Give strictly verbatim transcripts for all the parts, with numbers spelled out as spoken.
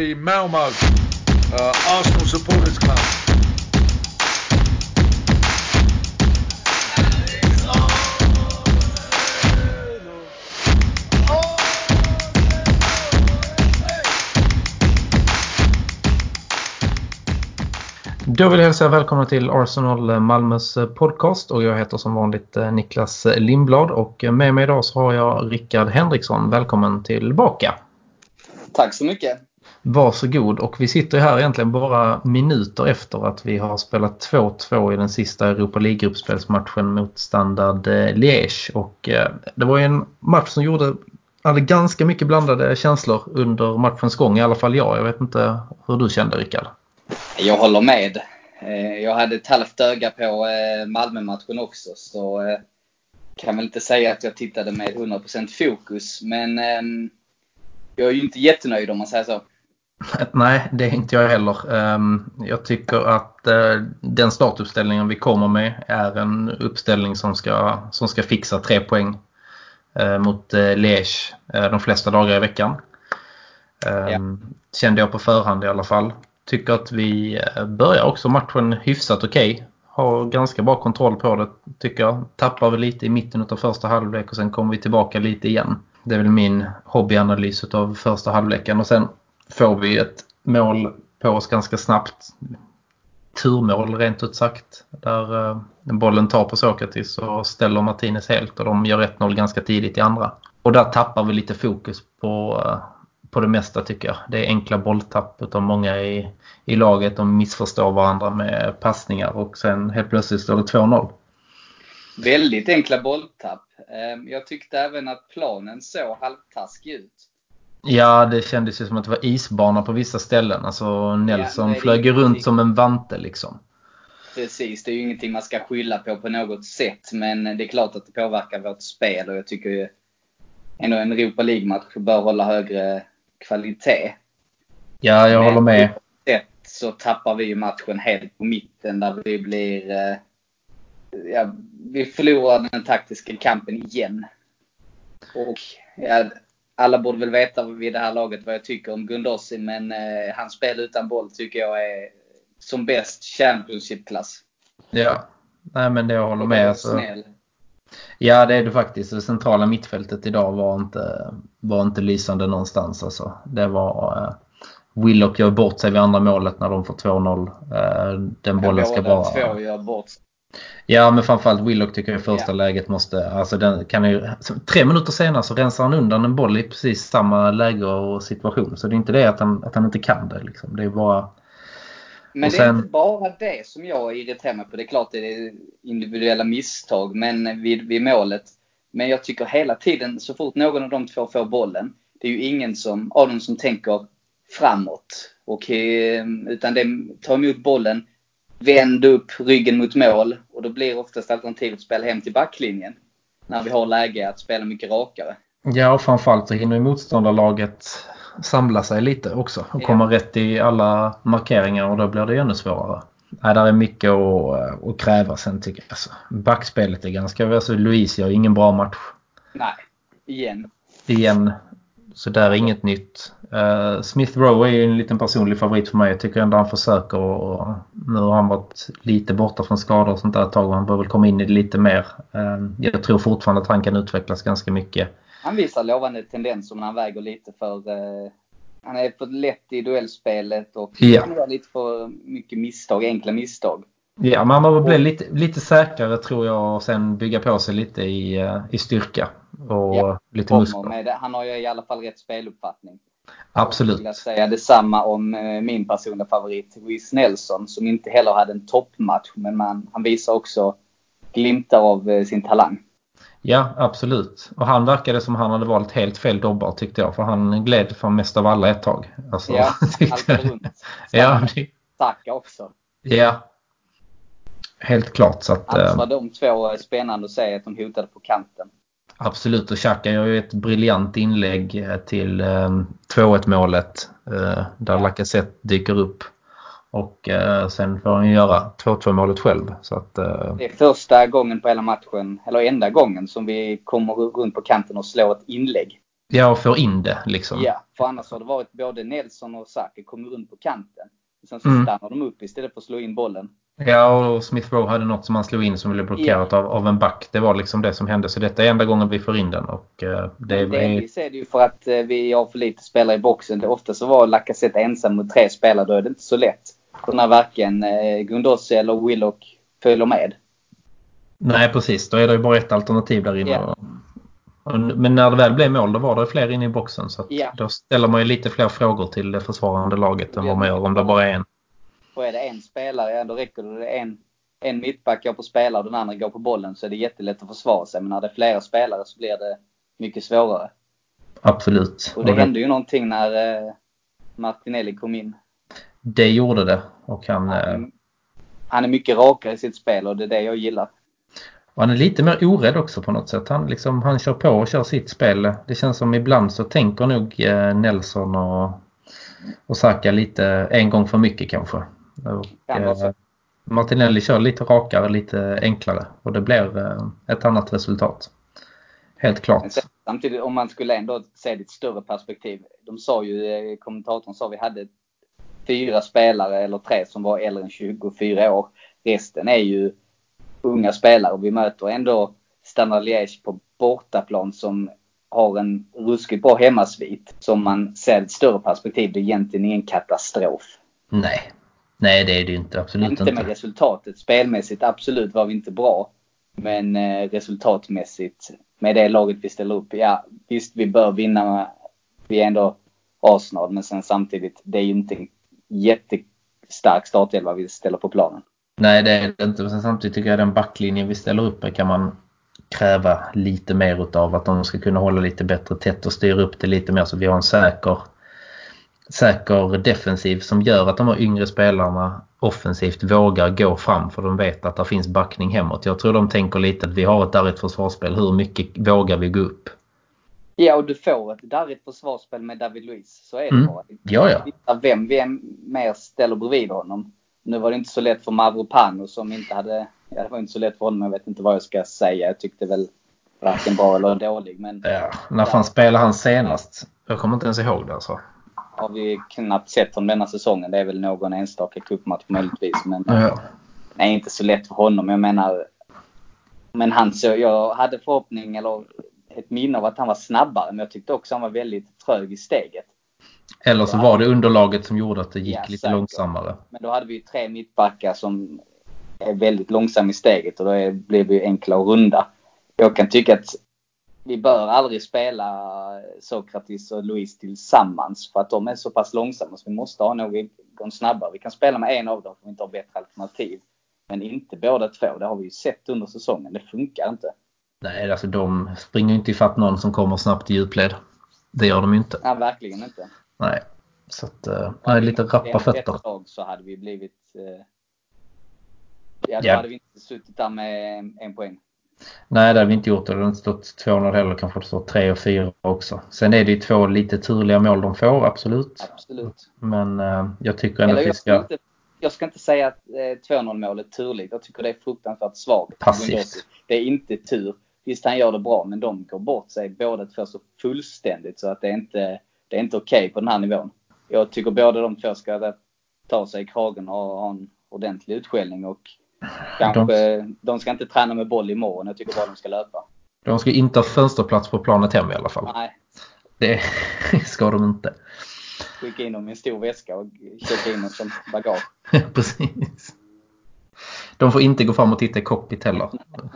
the Malmo uh, Arsenal Supporters Club. Då vill jag hälsa välkomna till Arsenal Malmös podcast och jag heter som vanligt Niklas Lindblad och med mig idag så har jag Rickard Henriksson. Välkommen tillbaka. Tack så mycket. Varsågod, och vi sitter här egentligen bara minuter efter att vi har spelat två två i den sista Europa League-gruppspelsmatchen mot Standard Liège, och det var en match som gjorde hade ganska mycket blandade känslor under matchens gång, i alla fall jag. Jag vet inte hur du kände, Rickard. Jag håller med. Jag hade ett halvt öga på Malmö-matchen också, så kan väl inte säga att jag tittade med hundra procent fokus. Men jag är ju inte jättenöjd om man säger så. Nej, det är inte jag heller. Jag tycker att den startuppställningen vi kommer med är en uppställning som ska, som ska fixa tre poäng mot Liège de flesta dagar i veckan. Ja. Kände jag på förhand i alla fall. Tycker att vi börjar också matchen hyfsat okej. Okay. Har ganska bra kontroll på det, tycker jag. Tappar vi lite i mitten av första halvlek och sen kommer vi tillbaka lite igen. Det är väl min hobbyanalys av första halvleken. Och sen får vi ett mål på oss ganska snabbt. Turmål rent ut sagt. Där eh, bollen tar på Sokratis och ställer Martinez helt. Och de gör ett noll ganska tidigt i andra. Och där tappar vi lite fokus på... Eh, på det mesta, tycker jag. Det är enkla bolltapp utav många i, i laget. De missförstår varandra med passningar och sen helt plötsligt står det två noll. Väldigt enkla bolltapp. Jag tyckte även att planen såg halvtaskig ut. Ja, det kändes ju som att det var isbana på vissa ställen. Alltså Nelson ja, flög runt ingenting... som en vante liksom. Precis, det är ju ingenting man ska skylla på på något sätt. Men det är klart att det påverkar vårt spel. Och jag tycker ju ändå en Europa League-match bör hålla högre kvalitet. Ja, jag men håller med. Så tappar vi ju matchen helt på mitten där vi blir eh, ja, vi förlorar den taktiska kampen igen. Och ja, alla borde väl veta vid det här laget vad jag tycker om Gundossi, men eh, hans spel utan boll tycker jag är som bäst Championship-klass. Ja, nej men det jag håller med. Alltså. Ja, det är det faktiskt. Det centrala mittfältet idag var inte, var inte lysande någonstans. Alltså. Det var eh, Willock gör bort sig vid andra målet när de får två noll. Eh, den bollen ska bara... två gör bort. Ja, men framförallt Willock tycker jag i första ja. läget måste... Alltså den kan ju, tre minuter senare så rensar han undan en boll i precis samma läge och situation. Så det är inte det att han, att han inte kan det. Liksom. Det är bara... Men sen... det är inte bara det som jag irriterar mig på. Det är klart det är individuella misstag men vid, vid målet. Men jag tycker hela tiden så fort någon av de två får bollen, det är ju ingen som, av dem som tänker framåt. Och, utan det tar emot bollen, vänd upp ryggen mot mål och då blir oftast alternativet att spela hem till backlinjen. När vi har läge att spela mycket rakare. Ja, och framförallt så hinner ju motståndarlaget samla sig lite också och komma ja. rätt i alla markeringar och då blir det ännu svårare. Nej, där är mycket att, att kräva sen tycker jag. Alltså, backspelet är ganska... Alltså, Luis gör ingen bra match. Nej, igen. Igen. Så där är inget nytt. Uh, Smith Rowe är ju en liten personlig favorit för mig. Jag tycker ändå han försöker och, och nu har han varit lite borta från skador och sånt där ett tag och han bör väl komma in i det lite mer. Uh, jag tror fortfarande att han kan utvecklas ganska mycket. Han visar lovande tendens som han väger lite för... Uh, han är för lätt i duellspelet och ja. han gör lite för mycket misstag, enkla misstag. Ja, man behöver bli lite, lite säkrare tror jag och sen bygga på sig lite i, uh, i styrka och ja, lite muskler. Med det. Han har ju i alla fall rätt speluppfattning. Absolut. Jag vill säga detsamma om uh, min personliga favorit, Reiss Nelson, som inte heller hade en toppmatch, men man, han visar också glimtar av uh, sin talang. Ja, absolut. Och han verkade som han hade valt helt fel dobbar tyckte jag. För han gled för mest av alla ett tag. Alltså, ja, halkade runt. ja, det... Tacka också. Ja, helt klart. Så att, annars var de två spännande att säga att de hotade på kanten. Absolut, och Xhaka gör ju ett briljant inlägg till eh, två ett målet. Eh, där ja. Lacazette dyker upp. Och eh, sen får han göra två två målet själv. Så att, eh... det är första gången på hela matchen, eller enda gången som vi kommer runt på kanten och slår ett inlägg. Ja, och får in det liksom. Ja, för annars har det varit både Nelson och Saka kommer runt på kanten. Sen så Mm. stannar de upp istället för att slå in bollen. Ja, och Smith Rowe hade något som han slog in som blev blockerat ja. av, av en back. Det var liksom det som hände. Så detta är enda gången vi får in den. Och, uh, det Men delvis är det ju för att uh, vi har för lite spelare i boxen. Det ofta så var Lacazette ensam mot tre spelare. Då är det inte så lätt. För när varken uh, Gundossi eller Willock följer med. Nej, precis. Då är det ju bara ett alternativ där inne. Ja. Men när det väl blev mål, då var det fler inne i boxen. Så att ja. då ställer man ju lite fler frågor till det försvarande laget än vad man gör om det bara är en. Och är det en spelare, ja, då räcker det. det är en, en mittback går på spelare och den andra går på bollen, så är det jättelätt att försvara sig. Men när det är flera spelare så blir det mycket svårare. Absolut. Och det, och det hände ju någonting när eh, Martinelli kom in. Det gjorde det. Och han, han, han är mycket rakare i sitt spel och det är det jag gillar. Och han är lite mer orädd också på något sätt. Han, liksom, han kör på och kör sitt spel. Det känns som ibland så tänker nog eh, Nelson och, och Saka lite en gång för mycket kanske. Och, eh, Martinelli kör lite rakare, lite enklare. Och det blir eh, ett annat resultat. Helt klart. Men samtidigt, om man skulle ändå se det i ett större perspektiv. De sa ju, kommentatorn sa vi hade fyra spelare eller tre som var äldre än tjugofyra år. Resten är ju unga spelare och vi möter ändå Standard Liège på bortaplan som har en ruskigt bra hemmasvit. Som man ser ett större perspektiv, det är egentligen ingen katastrof. Nej, nej det är det inte, absolut inte. Inte med resultatet, spelmässigt absolut var vi inte bra. Men eh, resultatmässigt med det laget vi ställer upp, ja visst vi bör vinna, vi är ändå Arsenal, men sen samtidigt det är ju inte en jättestark startelva vi ställer på planen. Nej, det är det inte. Men samtidigt tycker jag den backlinjen vi ställer upp kan man kräva lite mer utav. Att de ska kunna hålla lite bättre tätt och styra upp det lite mer så vi har en säker, säker defensiv som gör att de här yngre spelarna offensivt vågar gå fram för de vet att det finns backning hemåt. Jag tror de tänker lite att vi har ett darrigt försvarsspel. Hur mycket vågar vi gå upp? Ja, och du får ett darrigt försvarsspel med David Luiz. Så är det mm. bara. Ja, ja. Vem vi mer ställer bredvid honom. Nu var det inte så lätt för Mavropanos som inte hade... Ja, det var inte så lätt för honom. Jag vet inte vad jag ska säga. Jag tyckte väl varken bra eller dålig. Men ja, när fan spelade han senast? Jag kommer inte ens ihåg det alltså. Har vi knappt sett om denna säsongen. Det är väl någon enstaka cupmatch möjligtvis. Men ja. det är inte så lätt för honom. Jag menar... Men han så... Jag hade förhoppning eller ett minne av att han var snabbare. Men jag tyckte också han var väldigt trög i steget. Eller så var det underlaget som gjorde att det gick ja, lite säkert. långsammare. Men då hade vi ju tre mittbackar som är väldigt långsamma i steget. Och då är, blir det ju enklare att runda. Jag kan tycka att vi bör aldrig spela Sokratis och Luiz tillsammans. För att de är så pass långsamma. Så vi måste ha någon snabbare. Vi kan spela med en av dem för vi inte har bättre alternativ. Men inte båda två. Det har vi ju sett under säsongen. Det funkar inte. Nej, alltså de springer inte ifatt någon som kommer snabbt i djupled. Det gör de ju inte. Ja, verkligen inte. Nej, så att uh, nej, lite rappa fötter. Ett tag så hade vi blivit... Uh, ja, då ja. hade vi inte suttit där med en poäng. Nej, det hade vi inte gjort. Det hade inte stått två noll heller. Kanske det står tre och fyra också. Sen är det ju två lite turliga mål de får, absolut. Absolut. Men uh, jag tycker ändå Eller att vi ska... Jag ska inte, jag ska inte säga att eh, två noll målet är turligt. Jag tycker det är fruktansvärt svagt. Passivt. Det är inte tur. Visst, han gör det bra, men de går bort sig båda två så fullständigt så att det är inte det är inte okej på den här nivån. Jag tycker båda de två ska ta sig i kragen och ha en ordentlig utskällning och kanske de, de ska inte träna med boll imorgon. Jag tycker bara de ska löpa. De ska inte ha fönsterplats på planet hem i alla fall. Nej. Det ska de inte. Skicka in dem i en stor väska och köpa in dem som bagage. Precis. De får inte gå fram och titta i cockpit heller.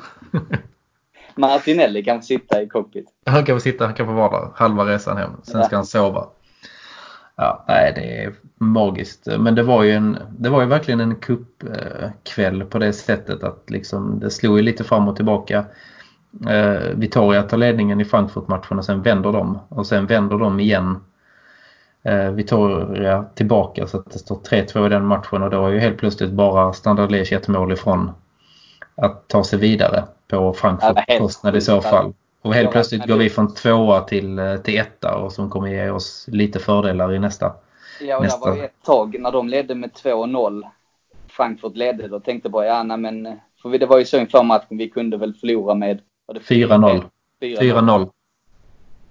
Martinelli kan få sitta i cockpit. Han kan få sitta, han kan få vara där halva resan hem. Sen ja. ska han sova. Ja, nej, det är magiskt. Men det var ju en, det var ju verkligen en cupkväll på det sättet att liksom det slog ju lite fram och tillbaka. Eh, Vitoria tar ledningen i Frankfurt-matchen och sen vänder de. Och sen vänder de igen. Eh, Vitoria tillbaka så att det står tre två i den matchen och då är ju helt plötsligt bara Standard Liège ett mål ifrån att ta sig vidare på Frankfurt kostnad i så fall. Och helt plötsligt går vi från tvåa till, till etta och som kommer ge oss lite fördelar i nästa. Ja, och nästa. Det var ju ett tag när de ledde med två noll. Frankfurt ledde då tänkte bara, ja nej, men för vi, det var ju så inför matchen vi kunde väl förlora med fyra noll. fyra noll.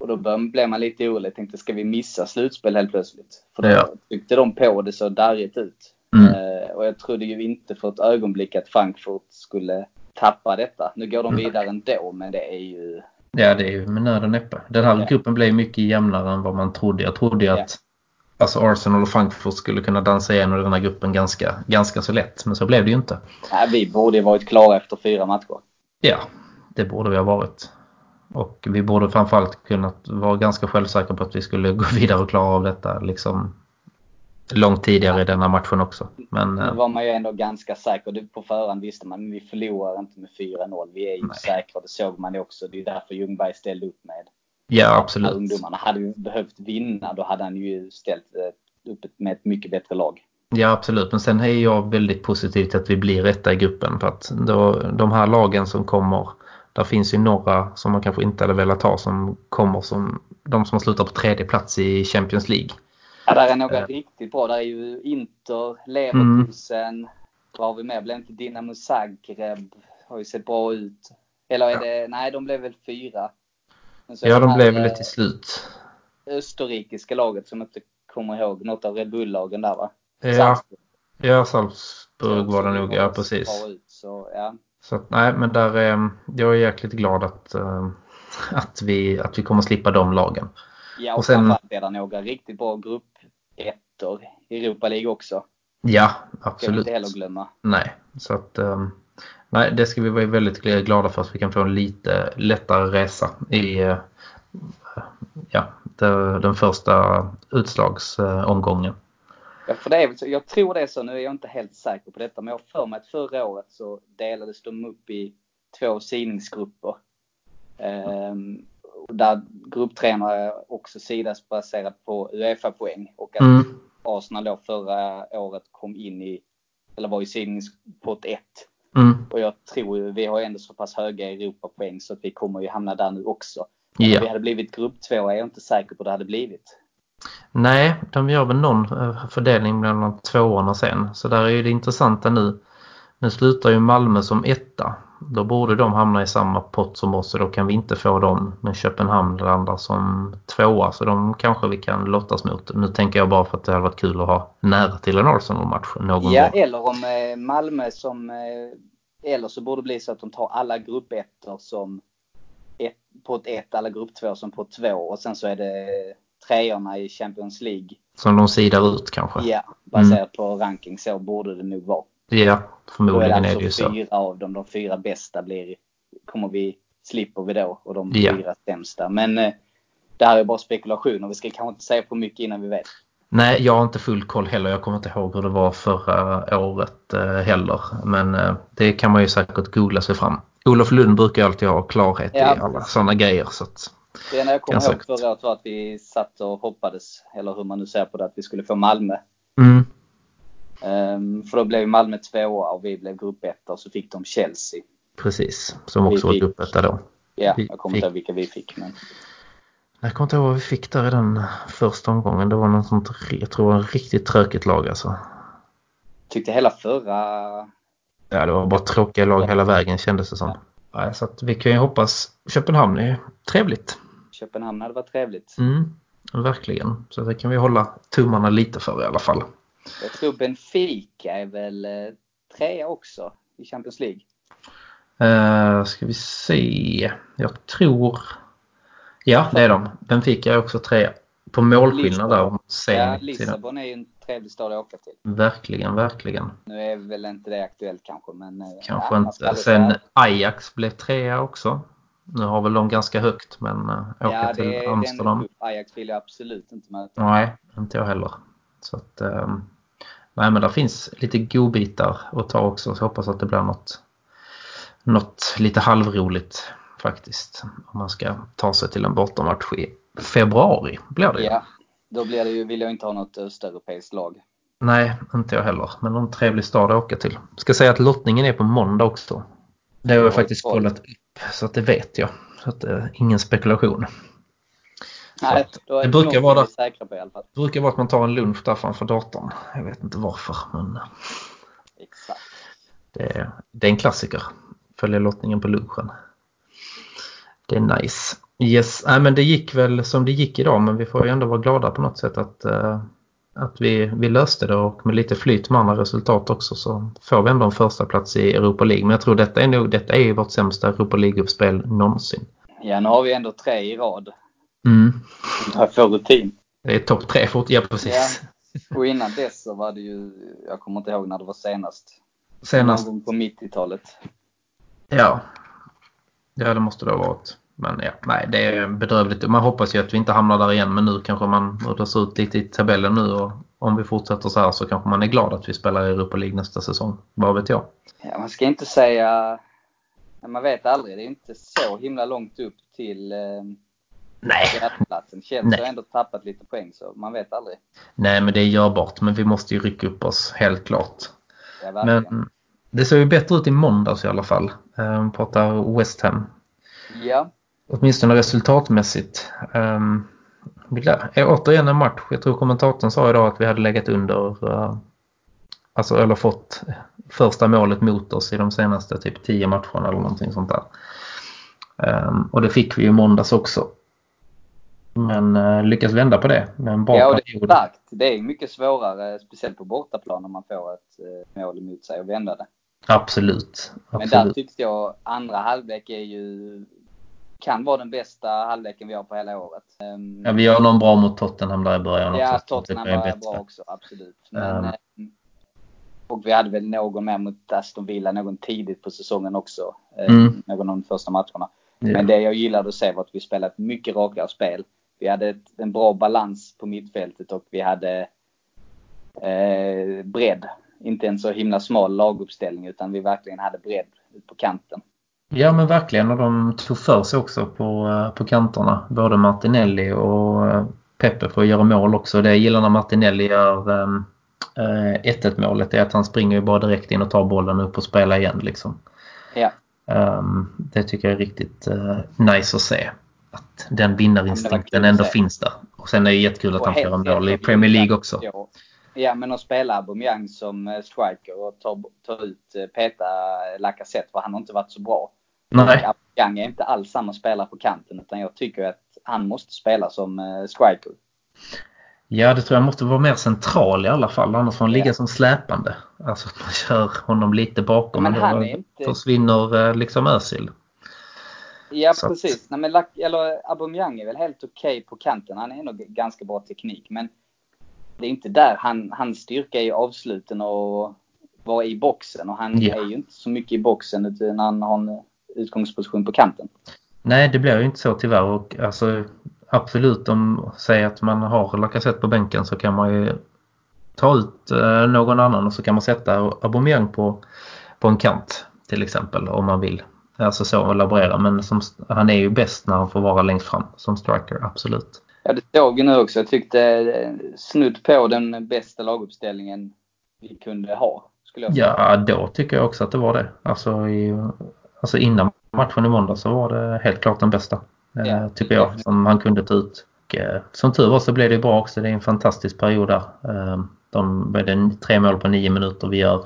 Och då blev man lite orolig. Tänkte, ska vi missa slutspel helt plötsligt? För då ja. tyckte de på det så darrigt ut. Mm. Eh, och jag trodde ju inte för ett ögonblick att Frankfurt skulle tappa detta. Nu går de vidare ändå, men det är ju... Ja, det är ju med nöd och näppe. Den här ja. gruppen blev mycket jämnare än vad man trodde. Jag trodde ju att ja. alltså Arsenal och Frankfurt skulle kunna dansa igenom den här gruppen ganska, ganska så lätt. Men så blev det ju inte. Nej, vi borde ju varit klara efter fyra matcher. Ja, det borde vi ha varit. Och vi borde framförallt kunnat vara ganska självsäkra på att vi skulle gå vidare och klara av detta liksom långt tidigare ja. i denna matchen också. Men nu var man ju ändå ganska säker. På förhand visste man att vi förlorar inte med fyra noll. Vi är ju nej. säkra, det såg man också. Det är därför Ljungberg ställde upp med. Ja, absolut. Ungdomarna hade ju behövt vinna, då hade han ju ställt upp med ett mycket bättre lag. Ja, absolut. Men sen är jag väldigt positiv till att vi blir rätta i gruppen. För att då, de här lagen som kommer, där finns ju några som man kanske inte hade velat ha som kommer som de som har slutat på tredje plats i Champions League. Ja, där är några äh. riktigt bra. Där är ju Inter, Leverkusen, mm. vad har vi med? Blev inte Dinamo Zagreb, har ju sett bra ut. Eller är det, nej de blev väl fyra. Ja, de blev väl lite i slut. Österrikiska laget som inte kommer ihåg, något av Red Bull-lagen där va? Ja, Salzburg. ja Salzburg var det nog, ja precis. Ut, så, ja. Så att, nej, men där är jag är jäkligt glad att, äh, att, vi, att vi kommer slippa de lagen. Ja, och, och sen är det några riktigt bra gruppettor i Europa League också. Ja, absolut. Ska vi inte heller glömma. Nej, så att äh, nej, det ska vi vara väldigt glada för att vi kan få en lite lättare resa i äh, ja, det, den första utslagsomgången. Ja, för det är, jag tror det är så, nu är jag inte helt säker på detta, men jag för mig att förra året så delades de upp i två sidningsgrupper. Ehm, där grupptränare också sidas baserat på UEFA-poäng och att mm. Arsenal då förra året kom in i, eller var i sidningspott ett. Mm. Och jag tror ju, vi har ändå så pass höga Europa-poäng så att vi kommer ju hamna där nu också. Men yeah. om vi hade blivit grupp två är jag inte säker på att det hade blivit. Nej, de gör väl någon fördelning mellan tvåorna sen. Så där är ju det intressanta nu. Nu slutar ju Malmö som etta. Då borde de hamna i samma pott som oss. Så då kan vi inte få dem med Köpenhamn eller andra som tvåa. Så de kanske vi kan lottas mot. Nu tänker jag bara för att det hade varit kul att ha nära till en Arsenal-match någon ja, gång. Eller om Malmö som... Eller så borde det bli så att de tar alla gruppettor som ett, pott ett, alla grupp två som pott två. Och sen så är det treorna i Champions League. Som de sidar ut kanske. Ja, baserat mm. på ranking så borde det nog vara. Ja, förmodligen är det, är det ju så. Fyra av dem, de fyra bästa blir, kommer vi, slipper vi då. Och de ja. fyra sämsta. Men eh, det här är bara spekulation och vi ska kanske inte säga för mycket innan vi vet. Nej, jag har inte full koll heller. Jag kommer inte ihåg hur det var förra året eh, heller. Men eh, det kan man ju säkert googla sig fram. Olof Lund brukar alltid ha klarhet ja, i alla sådana grejer. Så att, det när jag kommer ihåg förra året var att vi satt och hoppades, eller hur man nu säger på det, att vi skulle få Malmö. Mm. Um, för då blev Malmö tvåa och vi blev gruppetta och så fick de Chelsea. Precis, som också var gruppetta då. Ja, jag kommer inte ihåg vilka vi fick. Men... Jag kommer inte ihåg vad vi fick där i den första omgången. Det var något sånt, jag tror en riktigt tråkigt lag alltså. Tyckte hela förra... Ja, det var bara tråkiga lag hela vägen kändes det som. Ja. Ja, så att vi kan ju hoppas. Köpenhamn är trevligt. Köpenhamn hade varit trevligt. Mm, verkligen. Så det kan vi hålla tummarna lite för i alla fall. Jag tror Benfica är väl eh, trea också i Champions League. Uh, ska vi se. Jag tror... Ja, det är de. Benfica är också trea. På målskillnad där. Ja, Lissabon är ju en trevlig stad att åka till. Verkligen, verkligen. Nu är väl inte det aktuellt kanske. Men, kanske ja, inte. Sen Ajax blev trea också. Nu har väl de ganska högt, men uh, åka ja, till det, Amsterdam. Ajax vill jag absolut inte möta. Nej, inte jag heller. Så att, um, nej, men där finns lite godbitar att ta också. Så jag hoppas att det blir något, något lite halvroligt faktiskt. Om man ska ta sig till en bortamatch i februari blir det. Ja, då blir det ju, vill jag inte ha något östeuropeiskt lag. Nej, inte jag heller. Men någon trevlig stad att åka till. Ska säga att lottningen är på måndag också. Det har jag faktiskt kollat upp så att det vet jag. Så att det är ingen spekulation. Nej, då är det brukar vara säkra på i alla fall. Det brukar vara att man tar en lunch där framför datorn. Jag vet inte varför, men exakt. Det är, det är en klassiker. Följa lottningen på lunchen. Det är nice. Yes, nej, men det gick väl som det gick idag, men vi får ju ändå vara glada på något sätt att, uh, att vi, vi löste det, och med lite flyt med andra resultat också så får vi ändå en första plats i Europa League. Men jag tror detta är nog, detta är ju vårt sämsta Europa League-uppspel någonsin. Ja, nu har vi ändå tre i rad. Mm. För rutin. Det är topp tre fort, ja precis. Ja. Och innan dess så var det ju, jag kommer inte ihåg när det var senast. Senast. Någon gång på nittiotalet. Ja. Ja, det måste det ha varit. Men ja, nej, det är bedrövligt. Man hoppas ju att vi inte hamnar där igen, men nu kanske man rör ut lite i tabellen nu, och om vi fortsätter så här så kanske man är glad att vi spelar i Europa League nästa säsong. Vad vet jag? Ja, man ska inte säga, man vet aldrig. Det är inte så himla långt upp till eh, nej. platsen. Chelsea har ändå tappat lite poäng, så man vet aldrig. Nej, men det är görbart, men vi måste ju rycka upp oss, helt klart. Ja, verkligen. Men det ser ju bättre ut i måndags i alla fall. Um, pratar West Ham. Ja. Åtminstone resultatmässigt. Um, är återigen en match. Jag tror kommentatorn sa idag att vi hade legat under, uh, alltså eller fått första målet mot oss i de senaste typ tio matcherna eller någonting sånt där. Um, och det fick vi ju måndags också. Men uh, lyckas vända på det med en bra ja, och det är period. starkt. Det är mycket svårare, speciellt på bortaplan, om man får ett uh, mål emot sig och vända det. Absolut. Absolut. Men där tyckte jag andra halvlek är ju, kan vara den bästa halvleken vi har på hela året. Um, ja, vi gör någon bra mot Tottenham där i början ja, också. Ja, Tottenham var bra också, absolut. Men, um, och vi hade väl någon med mot Aston Villa, någon tidigt på säsongen också. Um, mm. Någon av de första matcherna. Yeah. Men det jag gillade att se var att vi spelade ett mycket rakare spel. Vi hade ett, en bra balans på mittfältet, och vi hade eh, bredd. Inte en så himla smal laguppställning, utan vi verkligen hade bredd ut på kanten. Ja, men verkligen. Och de tog för sig också på, på kanterna. Både Martinelli och Pepe får göra mål också. Det jag gillar när Martinelli gör um, ett ett målet är att han springer ju bara direkt in och tar bollen upp och spelar igen liksom. Ja. Um, det tycker jag är riktigt uh, nice att se. Att den vinnarinstinkten ändå finns där. Och sen är det jättekul att och han får göra mål i Premier League också. Ja. Ja, men att spela Aubameyang som striker och ta, ta ut Peta Lacazette, för han har inte varit så bra. Nej. Aubameyang är inte alls samma spelare på kanten, utan jag tycker att han måste spela som striker. Ja, det tror jag måste vara mer central i alla fall. Annars får han ligga ja. som släpande. Alltså att man kör honom lite bakom. Men han då är inte... försvinner liksom Özil. Ja, så precis. att... Nej, men eller, Aubameyang är väl helt okej okay på kanten. Han är nog ganska bra teknik, men det är inte där. Han, hans styrka är ju avsluten och vara i boxen. Och han ja. är ju inte så mycket i boxen, utan han har en utgångsposition på kanten. Nej, det blir ju inte så tyvärr. Och alltså, absolut, om säger att man har Lacazette på bänken, så kan man ju ta ut eh, någon annan, och så kan man sätta Aubameyang på, på en kant till exempel, om man vill. Alltså så laborera. Men som, han är ju bäst när han får vara längst fram som striker, absolut. Ja, det såg vi nu också. Jag tyckte snudd på den bästa laguppställningen vi kunde ha, skulle jag säga. Ja, då tycker jag också att det var det. Alltså, i, alltså innan matchen i måndag så var det helt klart den bästa. Ja, tycker jag, som han kunde ta ut. Och, som tur var så blev det bra också. Det är en fantastisk period där. De blev tre mål på nio minuter vi gör.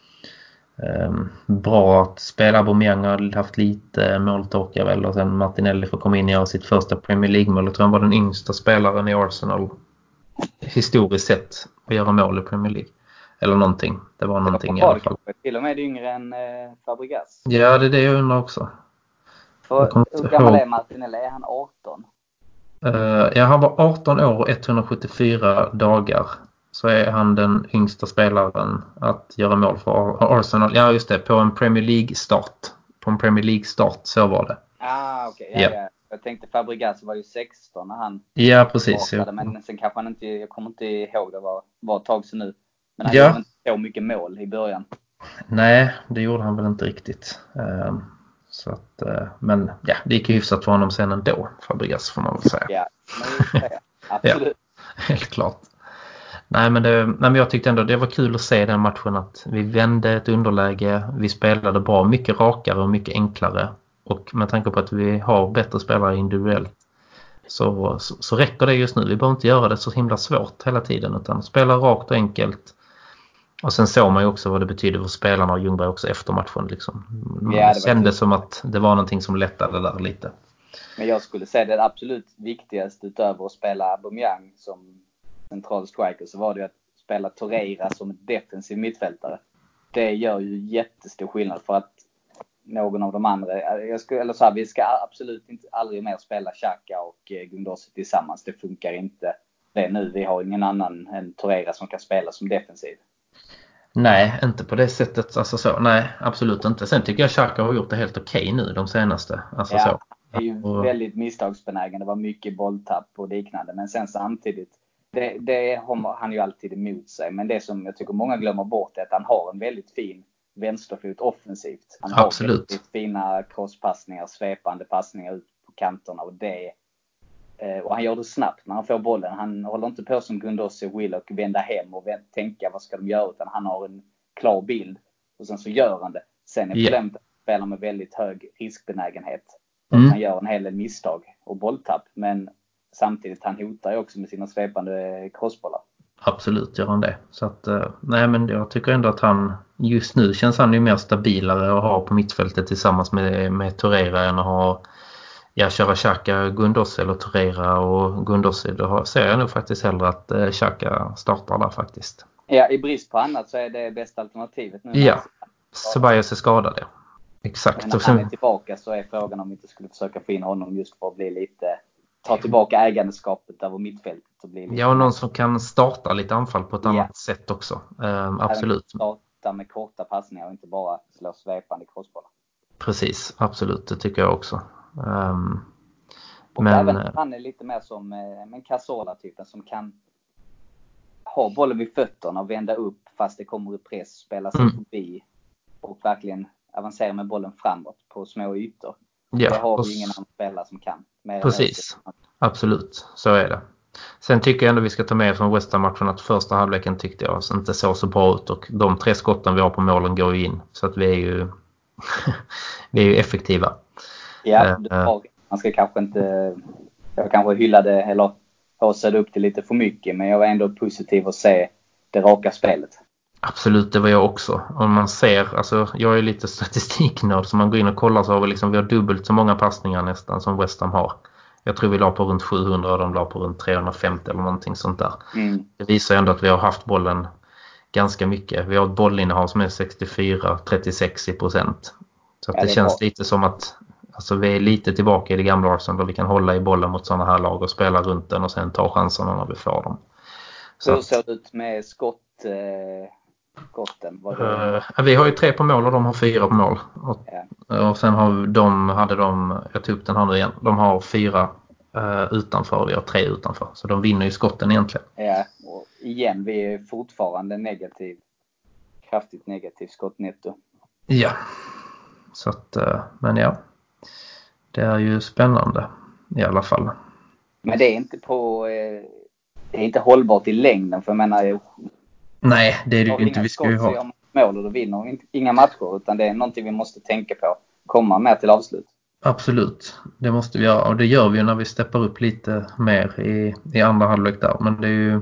Bra att spela. Aubameyang har haft lite måltorka väl, och sen Martinelli får komma in och göra sitt första Premier League-mål. Jag tror han var den yngsta spelaren i Arsenal historiskt sett att göra mål i Premier League. Eller någonting. Det var någonting i alla fall. Till och med yngre än eh, Fabregas. Ja, det är det jag undrar också. För, hur gammal är Martinelli? Är han arton? Uh, ja, han var arton år och etthundrasjuttiofyra dagar. Så är han den yngsta spelaren att göra mål för Arsenal. Ja, just det. På en Premier League-start. På en Premier League-start, så var det. Ah, okej. Okay. Ja, yeah. ja. Jag tänkte Fabregas var ju sexton när han... Ja, precis. Ja. Men sen kanske han inte... Jag kommer inte ihåg, det var, var ett tag sedan nu. Men han ja. gjorde inte så mycket mål i början. Nej, det gjorde han väl inte riktigt. Um, så att, uh, men ja, det gick ju hyfsat för honom sen ändå, Fabregas, får man väl säga. Ja, men säga. Absolut. Ja, helt klart. Nej men, det, nej, men jag tyckte ändå det var kul att se den matchen, att vi vände ett underläge, vi spelade bra, mycket rakare och mycket enklare. Och med tanke på att vi har bättre spelare individuellt så, så, så räcker det just nu. Vi behöver inte göra det så himla svårt hela tiden, utan spela rakt och enkelt. Och sen såg man ju också vad det betyder för spelarna och Ljungberg också efter matchen. Liksom. Ja, det kändes som att det var någonting som lättade där lite. Men jag skulle säga det absolut viktigaste utöver att spela Aubameyang som central striker, så var det att spela Torreira som defensiv mittfältare. Det gör ju jättestor skillnad, för att någon av de andra, jag skulle, eller så här, vi ska absolut inte aldrig mer spela Xhaka och Guendouzi tillsammans. Det funkar inte det nu. Vi har ingen annan än Torreira som kan spela som defensiv. Nej, inte på det sättet. Alltså så, nej, absolut inte. Sen tycker jag Xhaka har gjort det helt okej nu de senaste. Alltså ja, så. det är ju och... väldigt misstagsbenägen. Det var mycket bolltapp och liknande. Men sen samtidigt, det, det har han ju alltid emot sig. Men det som jag tycker många glömmer bort är att han har en väldigt fin vänsterfot offensivt. Han har absolut. väldigt fina crosspassningar, svepande passningar ut på kanterna. Och det Och han gör det snabbt när han får bollen. Han håller inte på som Guendouzi och Willock vända hem och vända, tänka vad ska de göra, utan han har en klar bild och sen så gör han det. Sen är problemet yeah. att spela med väldigt hög riskbenägenhet. Mm. Han gör en hel del misstag och bolltapp, men samtidigt han hotar ju också med sina svepande crossbollar. Absolut gör han det. Så att, nej, men jag tycker ändå att han just nu känns han ju mer stabilare att ha på mittfältet tillsammans med, med Torreira än att ha jag köra Xhaka, Guendouzi eller Torreira och Guendouzi. Då ser jag nog faktiskt hellre att eh, Xhaka startar där faktiskt. Ja, i brist på annat så är det bästa alternativet nu. Ja, Ceballos är skadad, ja. Exakt. Men när han är tillbaka så är frågan om vi inte skulle försöka få in honom just för att bli lite, ta tillbaka ägandeskapet över mittfältet. Och bli lite ja, och någon som kan starta lite anfall på ett ja. annat sätt också. Um, absolut. Starta med korta passningar och inte bara slå svepande crossbollar. Precis, absolut. Det tycker jag också. Um, och men även han är lite mer som en Cazorla-typen som kan ha bollen vid fötterna och vända upp fast det kommer i press, spela sig mm. förbi och verkligen avancera med bollen framåt på små ytor. Ja, det har vi ingen annan spelare som kan. Precis, absolut. Så är det. Sen tycker jag ändå vi ska ta med från West Ham-matchen att första halvleken tyckte jag inte så så bra ut, och de tre skotten vi har på målen går ju in, så att vi är ju vi är ju effektiva. Ja, du har, man ska kanske inte, jag kanske hyllade eller håsade upp det lite för mycket, men jag var ändå positiv att se det raka spelet. Absolut, det var jag också. Om man ser, alltså jag är lite statistiknörd, så man går in och kollar så har vi liksom, vi har dubbelt så många passningar nästan som West Ham har. Jag tror vi la på runt sjuhundra och de la på runt trehundrafemtio eller någonting sånt där. Mm. Det visar ändå att vi har haft bollen ganska mycket. Vi har ett bollinnehav som är sextiofyra till trettiosex procent. Så att ja, det, det känns bra. Lite som att alltså, vi är lite tillbaka i det gamla Arsenal där vi kan hålla i bollen mot sådana här lag och spela runt den och sen ta chanserna när vi får dem. Så hur ser det ut med skott? Eh... Skotten, var det... uh, vi har ju tre på mål och de har fyra på mål. Och, yeah. och sen har de, hade de, jag tog upp den här nu igen, de har fyra uh, utanför och vi har tre utanför. Så de vinner ju skotten egentligen. Ja, yeah. Och igen, vi är fortfarande negativ, kraftigt negativ skottnetto. Ja, så att, uh, men ja, det är ju spännande i alla fall. Men det är inte på, uh, det är inte hållbart i längden, för jag menar... Nej, det är det ju inte. Vi ska ju ha om mål och då vinner vi inga matcher, utan det är någonting vi måste tänka på. Komma med till avslut. Absolut, det måste vi göra. Och det gör vi ju när vi steppar upp lite mer i, i andra halvlek där. Men det är ju,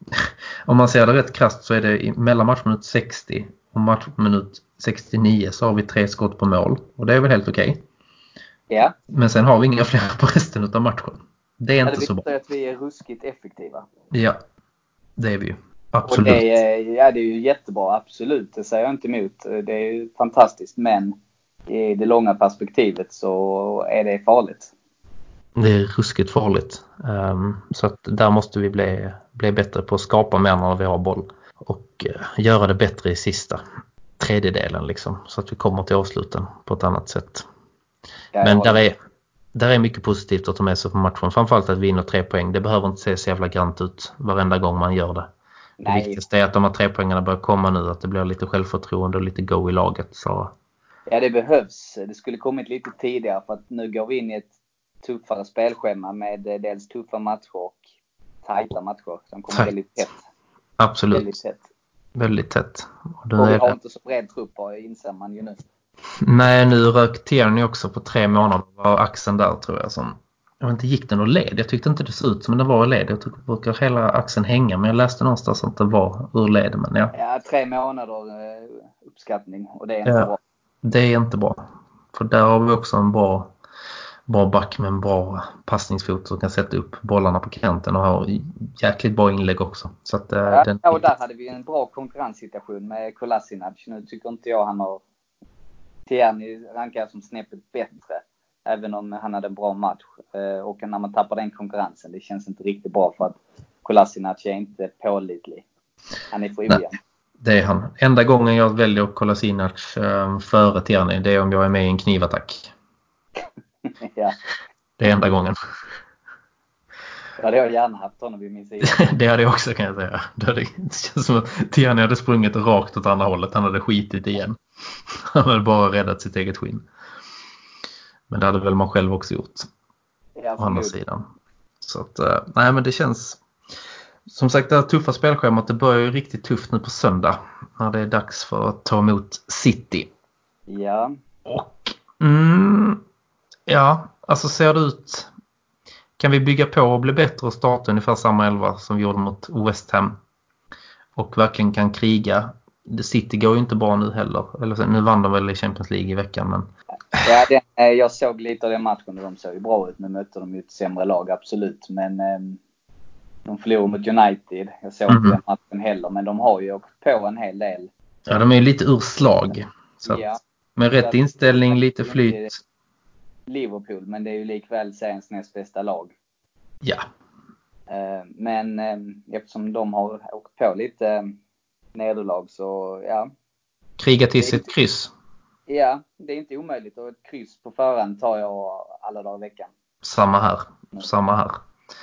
om man ser det rätt krasst så är det i, mellan matchminut sextio och matchminut sextionio så har vi tre skott på mål. Och det är väl helt okej. Okay. Ja. Men sen har vi inga fler på resten av matchen. Det är inte det så bra. Det att vi är ruskigt effektiva. Ja, det är vi ju. Absolut. Och det är, ja, det är ju jättebra, absolut. Det säger jag inte emot. Det är ju fantastiskt, men i det långa perspektivet så är det farligt. Det är ruskigt farligt. Um, så att där måste vi bli, bli bättre på att skapa mer när vi har boll. Och uh, göra det bättre i sista tredjedelen liksom. Så att vi kommer till avsluten på ett annat sätt. Ja, men där är, där är mycket positivt att ta med sig på matchen. Framförallt att vi vinner tre poäng. Det behöver inte se så jävla grant ut varenda gång man gör det. Det Nej. viktigaste är att de här tre poängarna börjar komma nu. Att det blir lite självförtroende och lite go i laget. Så. Ja, det behövs. Det skulle kommit lite tidigare. För att nu går vi in i ett tuffare spelschema med dels tuffa matcher och tajta matcher. Som kommer Tajt. väldigt tätt. Absolut. Väldigt tätt. Väldigt tätt. Och, och vi har det. inte så bred trupp på, inser man ju nu. Nej, nu rök Tierney också på tre månader. Var axeln där tror jag som... Jag vet inte, gick den och led? Jag tyckte inte det såg ut som det var i led. Jag tyckte brukar hela axeln hänga. Men jag läste någonstans att det var ur led. Men ja. ja, tre månader uppskattning. Och det är inte ja, bra. Det är inte bra. För där har vi också en bra bra back med en bra passningsfot som kan sätta upp bollarna på kanten och ha jäkligt bra inlägg också. Så att, ja, den... och där hade vi en bra konkurrenssituation med Kolasinac. Nu tycker inte jag han har Tierney rankar som snäppet bättre. Även om han hade en bra match. Och när man tappar den konkurrensen, det känns inte riktigt bra för att Kolasinac är inte pålitlig. Han är för ojämn. Det är han. Enda gången jag väljer Kolasinac um, före Tierney, det är om jag är med i en knivattack. Ja. Det är enda gången. Ja, det hade jag gärna haft honom vid min sida. Det hade jag också, kan jag säga. Det, hade, det känns som att Tierney hade sprungit rakt åt andra hållet. Han hade skitit igen. Han hade bara räddat sitt eget skinn. Men det hade väl man själv också gjort. Ja, å andra sidan. Så att, uh, nej men det känns... Som sagt, det här tuffa spelschemat, det börjar ju riktigt tufft nu på söndag. När det är dags för att ta emot City. Ja. Och... Mm, ja, alltså ser det ut... Kan vi bygga på och bli bättre och starta ungefär samma elva som vi gjorde mot West Ham? Och verkligen kan kriga. City går ju inte bra nu heller. Eller, nu vann de väl i Champions League i veckan, men... Ja, det, jag såg lite av den matchen och de såg ju bra ut. Nu mötte de ju ett sämre lag, absolut. Men eh, de förlorade mot United. Jag såg inte mm. den matchen heller, men de har ju åkt på en hel del. Ja, de är ju lite ur slag. Så ja. att, med rätt inställning, lite flyt. Liverpool, men det är ju likväl seriens näst bästa lag. Ja. Eh, men eh, eftersom de har åkt på lite eh, nederlag så, ja. Kriga till sitt kryss. Ja, det är inte omöjligt. Och ett kryss på förhand tar jag alla dagar i veckan. Samma här. Mm. Samma här.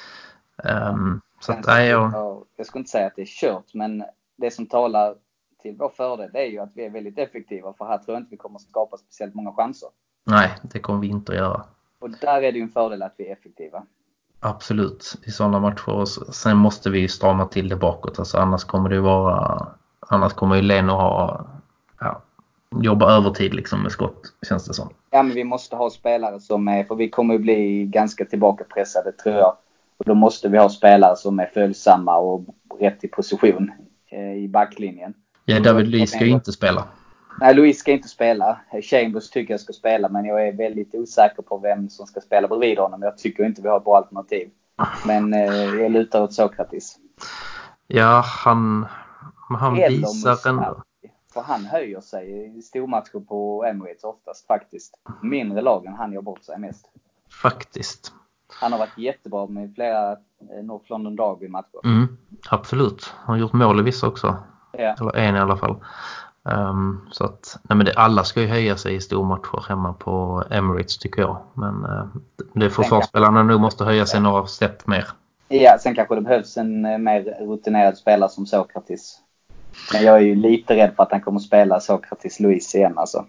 Um, så att, nej, jag... jag... jag skulle inte säga att det är kört, men det som talar till vår fördel är ju att vi är väldigt effektiva. För här tror jag inte vi kommer att skapa speciellt många chanser. Nej, det kommer vi inte att göra. Och där är det ju en fördel att vi är effektiva. Absolut, i sådana matcher. Och sen måste vi strama till det bakåt. Alltså, annars kommer det vara... Annars kommer ju Leno ha... Ja, jobba övertid liksom med skott, känns det som. Ja, men vi måste ha spelare som är... För vi kommer ju bli ganska tillbakapressade, tror jag. Och då måste vi ha spelare som är följsamma och rätt i position eh, i backlinjen. Ja, David Luiz ska ju inte spela. Nej, Luiz ska inte spela. Chambers tycker jag ska spela, men jag är väldigt osäker på vem som ska spela bredvid honom. Jag tycker inte vi har ett bra alternativ. Men eh, jag lutar åt Sokratis. Ja, han, han visar en... För han höjer sig i stormatcher på Emirates oftast faktiskt. Mindre lagen han gör bort sig mest. Faktiskt. Han har varit jättebra med flera eh, North London Derby-matcher. Mm, absolut. Han har gjort mål i vissa också. Ja. Eller en i alla fall. Um, så att, nej men det, alla ska ju höja sig i stormatcher hemma på Emirates tycker jag. Men uh, det är försvarsspelarna nu måste höja sig några steg mer. Ja, sen kanske det behövs en uh, mer rutinerad spelare som Sokratis. Men jag är ju lite rädd för att han kommer att spela Sokratis Luiz igen alltså.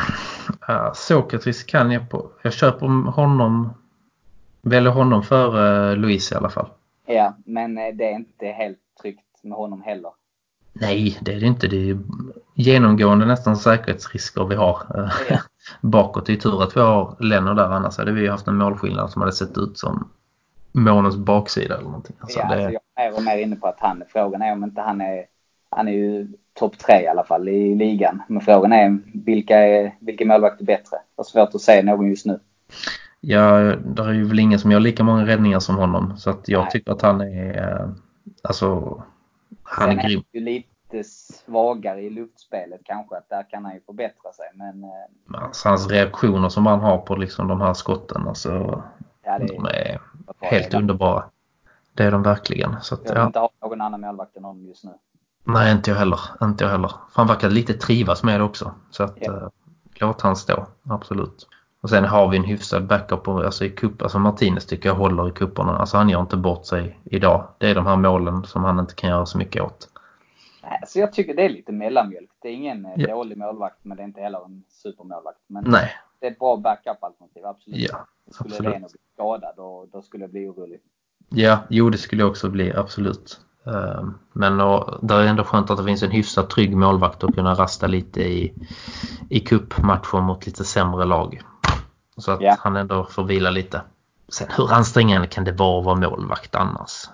Uh, Sokratis kan jag på... Jag köper honom... Väljer honom för uh, Luiz i alla fall. Ja, men uh, det är inte helt tryggt med honom heller. Nej, det är det inte. Det är genomgående nästan säkerhetsrisker vi har ja. bakåt. Det är tur att vi har Leno där, annars hade vi haft en målskillnad som hade sett ut som månens baksida eller någonting. Alltså, ja, det... alltså jag är mer inne på att han, frågan är om inte han är, han är ju topp tre i alla fall i ligan. Men frågan är vilka, är, vilka målvakt är bättre? Det är svårt att säga någon just nu. Ja, det är ju väl ingen som gör lika många räddningar som honom. Så att jag Nej. tycker att han är, alltså... Han är, är ju lite svagare i luftspelet kanske, att där kan han ju förbättra sig. Men alltså, hans reaktioner som han har på liksom de här skotten, alltså, ja, det är, de är helt det underbara. Det är de verkligen. Så att, jag vill ja. inte ha någon annan målvakt än honom just nu. Nej, inte jag heller. Inte jag heller. Han verkar lite trivas med det också. Så att, ja. äh, låt han stå. Absolut. Och sen har vi en hyfsad backup på, alltså i kupp. Alltså Martinez tycker jag håller i kupperna. Alltså han gör inte bort sig idag. Det är de här målen som han inte kan göra så mycket åt. Nej, så jag tycker det är lite mellanmjölk. Det är ingen ja. dålig målvakt, men det är inte heller en supermålvakt. Men Nej. Det är ett bra backup-alternativ, absolut. Ja, skulle absolut. Leno bli skadad, och då skulle jag bli orolig. Ja, jo det skulle jag också bli, absolut. Men och, det är ändå skönt att det finns en hyfsat trygg målvakt att kunna rasta lite i, i cupmatcher mot lite sämre lag. Så att yeah. han ändå får vila lite. Sen hur ansträngande kan det vara att vara målvakt annars?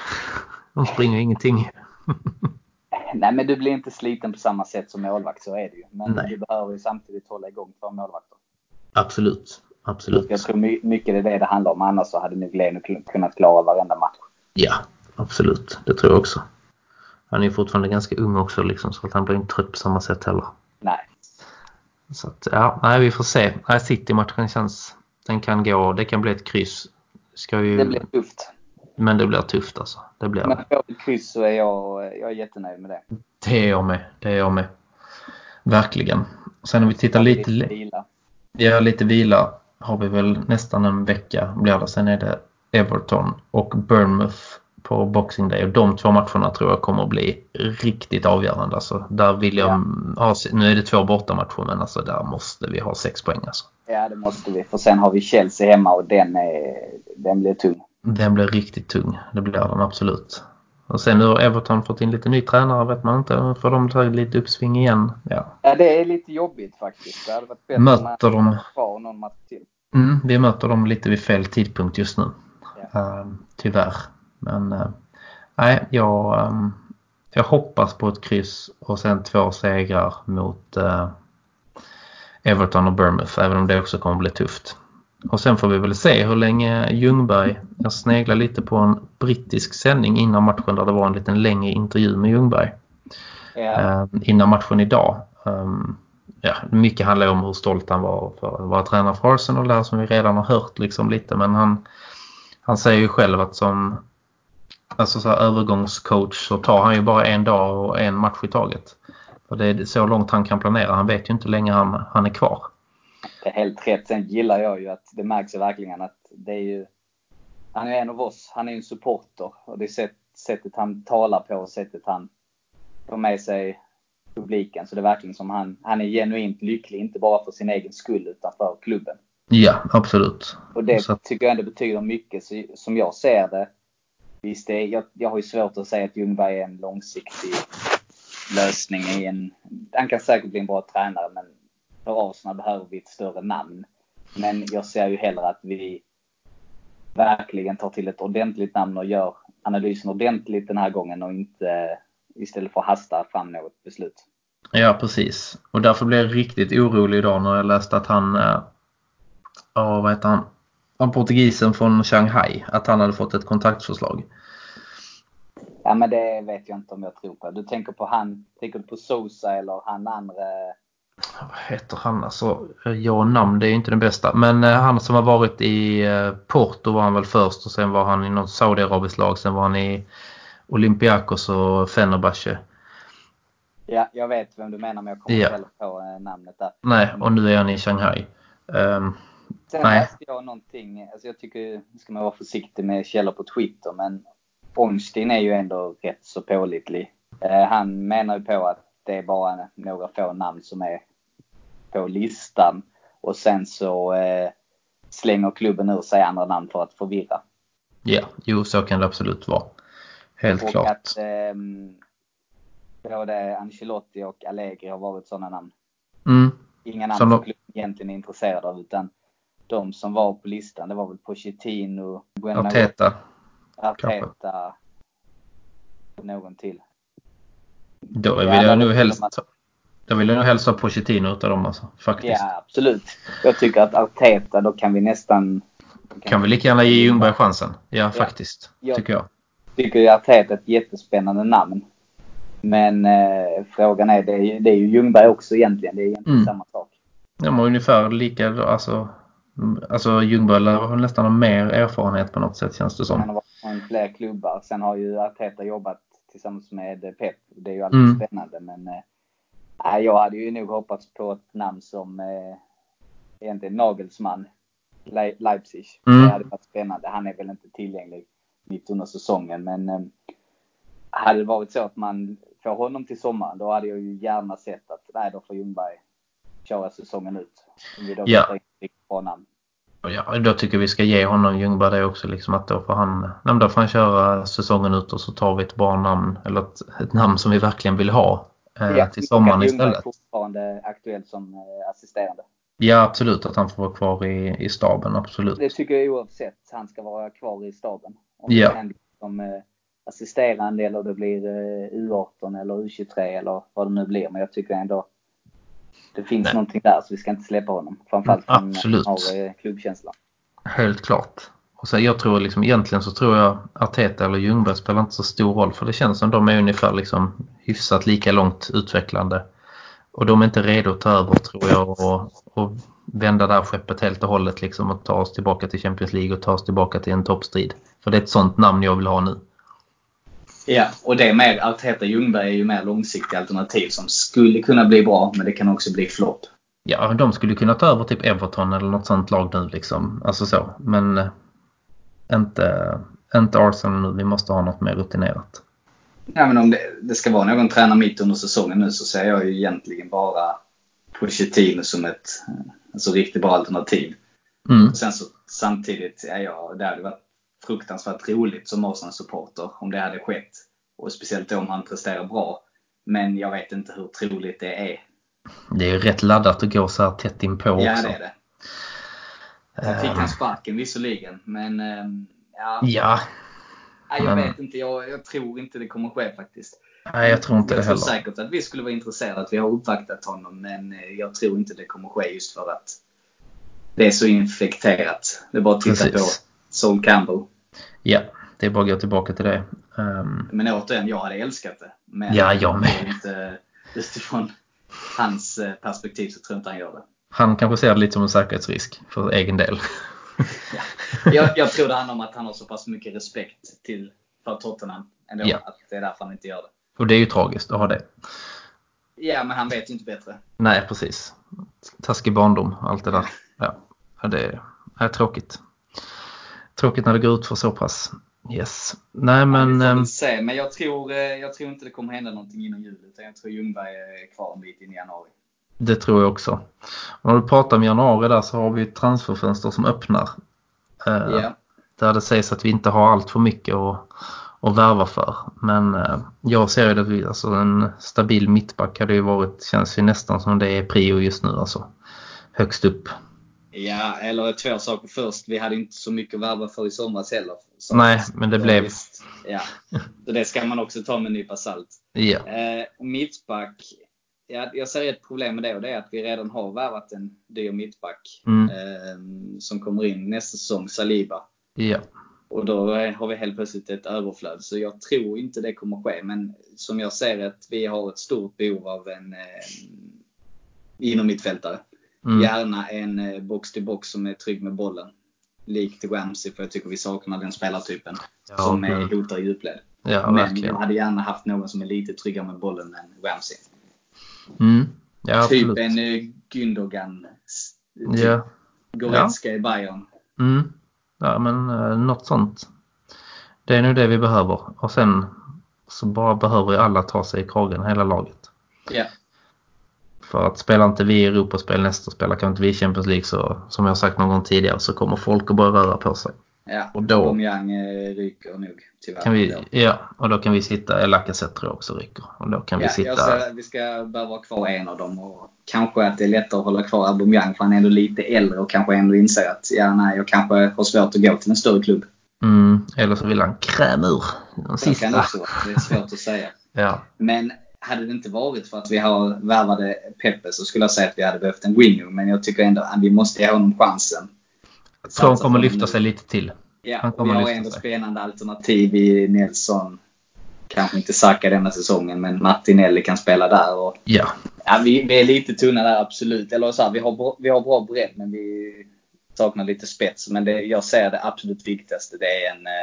De springer ingenting. Nej, men du blir inte sliten på samma sätt som målvakt, så är det ju. Men Nej. du behöver ju samtidigt hålla igång två målvakter. Absolut, absolut. Jag tror my- mycket det är det det handlar om. Annars så hade nog Leno kunnat klara varenda match. Ja, absolut. Det tror jag också. Han är ju fortfarande ganska ung också liksom, så att han blir inte trött på samma sätt heller. Nej. Så att, ja, nej, vi får se. Nej, City-matchen känns, den kan gå, det kan bli ett kryss. Ska ju, det blir tufft. Men det blir tufft alltså. Det blir... Men får ett kryss så är jag, jag är jättenöjd med det. Det är jag med, det är jag med. Verkligen. Sen om vi tittar lite... lite vila. Ja, lite vila har vi väl nästan en vecka blir det. Sen är det Everton och Bournemouth på Boxing Day. Och de två matcherna tror jag kommer att bli riktigt avgörande. Alltså, där vill jag ja. ha, nu är det två bortamatcher, men alltså, där måste vi ha sex poäng. Alltså. Ja, det måste vi. För sen har vi Chelsea hemma och den, är, den blir tung. Den blir riktigt tung. Det blir den absolut. Och sen nu har Everton fått in lite ny tränare, vet man inte. Får de ta lite uppsving igen? Ja, ja det är lite jobbigt faktiskt. Det hade varit bättre möter om man de... kvar någon match till. Mm, vi möter dem lite vid fel tidpunkt just nu. Ja. Uh, tyvärr. Men uh, nej, jag, um, jag hoppas på ett kryss och sen två segrar mot uh, Everton och Bournemouth, även om det också kommer bli tufft. Och sen får vi väl se hur länge Ljungberg, jag sneglar lite på en brittisk sändning innan matchen där det var en liten längre intervju med Ljungberg. Ja. Uh, innan matchen idag. Um, ja, mycket handlar om hur stolt han var för att vara tränare för Arsenal där, som vi redan har hört liksom lite, men han, han säger ju själv att som alltså så här övergångscoach så tar han ju bara en dag och en match i taget. För det är så långt han kan planera. Han vet ju inte länge han, han är kvar. Det är helt rätt. Sen gillar jag ju att det märks verkligen att det är ju, han är en av oss. Han är ju en supporter. Och det sätt, sättet han talar på och sättet han får med sig publiken. Så det är verkligen som han, han är genuint lycklig. Inte bara för sin egen skull utan för klubben. Ja, absolut. Och det så. tycker jag ändå betyder mycket. Så, som jag ser det. Visst, det, jag, jag har ju svårt att säga att Ljungberg är en långsiktig lösning. I en, han kan säkert bli en bra tränare, men för Arsenal behöver vi ett större namn. Men jag ser ju hellre att vi verkligen tar till ett ordentligt namn och gör analysen ordentligt den här gången och inte istället för att hasta fram något beslut. Ja, precis. Och därför blev jag riktigt orolig idag när jag läste att han, ja, vad heter han? Han portugisen från Shanghai, att han hade fått ett kontaktförslag. Ja, men det vet jag inte om jag tror på. Du tänker på han, tänker du på Sosa eller han andra? Vad heter han? Alltså, ja, namn, det är ju inte den bästa. Men eh, han som har varit i eh, Porto var han väl först och sen var han i något Saudiarabiskt lag. Sen var han i Olympiakos och Fenerbahce. Ja, jag vet vem du menar, men jag kommer ja. inte heller på eh, namnet där. Nej, och nu är han i Shanghai. Um, sen nej. läste jag någonting, alltså jag tycker, ska man vara försiktig med källor på Twitter, men Ornstein är ju ändå rätt så pålitlig. Eh, han menar ju på att det är bara några få namn som är på listan. Och sen så eh, slänger klubben ur sig andra namn för att förvirra. Ja, jo, så kan det absolut vara. Helt och klart. Och att eh, både Ancelotti och Allegri har varit sådana namn. Mm. Inga namn som som de... klubben egentligen är intresserad av, utan de som var på listan, det var väl Pochettino, Arteta. Arteta och någon till. Då vill jag nog helst att... Då vill jag nog hälsa Pochettino utav dem alltså, faktiskt. Ja, absolut. Jag tycker att Arteta, då kan vi nästan... Kan, kan vi lika gärna ge Ljungberg chansen? Ja, ja. faktiskt. Jag tycker jag. tycker ju att Arteta är ett jättespännande namn. Men eh, frågan är, det är, ju, det är ju Ljungberg också egentligen. Det är egentligen mm. samma sak. De har ungefär lika, alltså... Alltså Ljungberg har nästan mer erfarenhet på något sätt, känns det som. Han har varit på fler klubbar. Sen har ju Arteta jobbat tillsammans med Pep. Det är ju alltid mm. spännande, men... Eh, Nej, jag hade ju nog hoppats på ett namn som eh, egentligen Nagelsmann, Le- Leipzig. Mm. Det hade varit spännande. Han är väl inte tillgänglig mitt under säsongen, men eh, hade det varit så att man får honom till sommaren, då hade jag ju gärna sett att nej, då får Ljungberg köra säsongen ut. Om vi då ja. inte riktigt bra namn. Ja, då tycker vi ska ge honom Ljungberg det också, liksom att då får han, då får han köra säsongen ut och så tar vi ett bra namn, eller ett, ett namn som vi verkligen vill ha. Ja, till sommaren istället. Är fortfarande aktuellt som eh, assisterande. Ja, absolut, att han får vara kvar i, i staben, absolut. Det tycker jag oavsett. Han ska vara kvar i staben. Om ja. det händer som eh, assisterande eller det blir eh, U arton eller U tjugotre eller vad det nu blir. Men jag tycker ändå det finns Nej. någonting där, så vi ska inte släppa honom. Framförallt från Absolut. har klubbkänslan. Helt klart. Och så jag tror liksom, egentligen så tror jag Arteta eller Ljungberg spelar inte så stor roll, för det känns som de är ungefär liksom hyfsat lika långt utvecklande. Och de är inte redo att ta över, tror jag, och, och vända där skeppet helt och hållet liksom, och ta oss tillbaka till Champions League och ta oss tillbaka till en toppstrid. För det är ett sånt namn jag vill ha nu. Ja, och det är mer, Arteta Ljungberg är ju mer långsiktiga alternativ som skulle kunna bli bra, men det kan också bli flopp. Ja, de skulle kunna ta över typ Everton eller något sånt lag nu liksom. Alltså så, men eh, inte, inte Arsenal nu. Vi måste ha något mer rutinerat. Ja, men om det, det ska vara någon tränare mitt under säsongen nu, så ser jag ju egentligen bara Pochettino som ett alltså, riktigt bra alternativ. Mm. Och sen så samtidigt är jag, det hade varit fruktansvärt roligt som Arsenal-supporter om det hade skett. Och speciellt då om han presterar bra. Men jag vet inte hur troligt det är. Det är ju rätt laddat att gå så här tätt in på också. Ja, det är det. Han fick han sparken visserligen, men ja. Ja. Nej, jag men... vet inte, jag, jag tror inte det kommer ske faktiskt. Nej, jag tror inte jag det heller. Jag tror säkert att vi skulle vara intresserade, att vi har uppvaktat honom, men jag tror inte det kommer ske just för att det är så infekterat. Det är bara att titta Precis. på Sol Campbell. Ja, det är bara att gå tillbaka till det. Um... Men återigen, jag hade älskat det. Men ja, jag med. Inte, utifrån hans perspektiv så tror jag inte han gör det. Han kanske ser det lite som en säkerhetsrisk för egen del. ja. jag, jag tror det handlar om att han har så pass mycket respekt till för Tottenham ändå, ja. Att det är därför han inte gör det. Och det är ju tragiskt att ha det. Ja, men han vet ju inte bättre. Nej, precis. Taskig barndom, allt det där. Ja, det är, är tråkigt. Tråkigt när det går ut för så pass. Yes. Nej, men... Ja, vi får väl se. Men jag tror, jag tror inte det kommer hända någonting innan jul. Utan jag tror Ljungberg är kvar en bit in i januari. Det tror jag också. Och när du pratar om januari där, så har vi ett transferfönster som öppnar. Ja. Där det sägs att vi inte har allt för mycket att, att värva för. Men eh, jag ser ju att vi, alltså en stabil mittback hade ju varit, känns ju nästan som det är prio just nu. Alltså högst upp. Ja, eller två saker först. Vi hade inte så mycket att värva för i somras heller. Så Nej, men det blev... Visst, ja, så det ska man också ta med en nypa salt. Ja. Eh, mittback... Ja, jag ser ett problem med det, och det är att vi redan har värvat en dyr mittback mm. eh, som kommer in nästa säsong, Saliba. Ja. Och då har vi helt plötsligt ett överflöd. Så jag tror inte det kommer ske. Men som jag ser att vi har ett stort behov av en eh, inom mittfältare. Mm. Gärna en eh, box-till-box som är trygg med bollen. Likt Ramsey, för jag tycker vi saknar den spelartypen ja, som är mm. hotar i djupled. Ja, men verkligen. jag hade gärna haft någon som är lite tryggare med bollen än Ramsey. Mm. Ja, typ absolut. en uh, Gündogan. Typ ja. Goretzka ja. i Bayern. Mm. Ja, men uh, något sånt. Det är nu det vi behöver. Och sen så bara behöver alla ta sig i kragen, hela laget. Ja. För att spelar inte vi i Europaspel nästa spela kan inte vi i Champions League, så som jag har sagt någon gång tidigare, så kommer folk att börja röra på sig. Ja, och då Aubameyang ryker nog tyvärr. Kan vi, ja, och då kan vi sitta, eller Lacazette tror jag också ryker. Och då kan ja, vi sitta... Jag ser att vi ska behöva vara kvar en av dem, och kanske att det är lättare att hålla kvar Aubameyang för han är ändå lite äldre och kanske ändå inser att ja, nej, jag kanske har svårt att gå till en större klubb. Mm, eller så vill han kräma ur de sista. Det kan också vara, det är svårt att säga. Ja. Men hade det inte varit för att vi har värvade Pepe, så skulle jag säga att vi hade behövt en winner. Men jag tycker ändå att vi måste ge honom chansen. Jag tror han kommer lyfta sig lite till. Ja, och vi har ändå sig. Spännande alternativ i Nelson. Kanske inte Saka denna säsongen, men Martinelli kan spela där. Och, ja. Ja, vi, vi är lite tunna där, absolut. Eller så här, vi, har, vi har bra bredd, men vi saknar lite spets. Men det, jag ser det absolut viktigaste. Det är en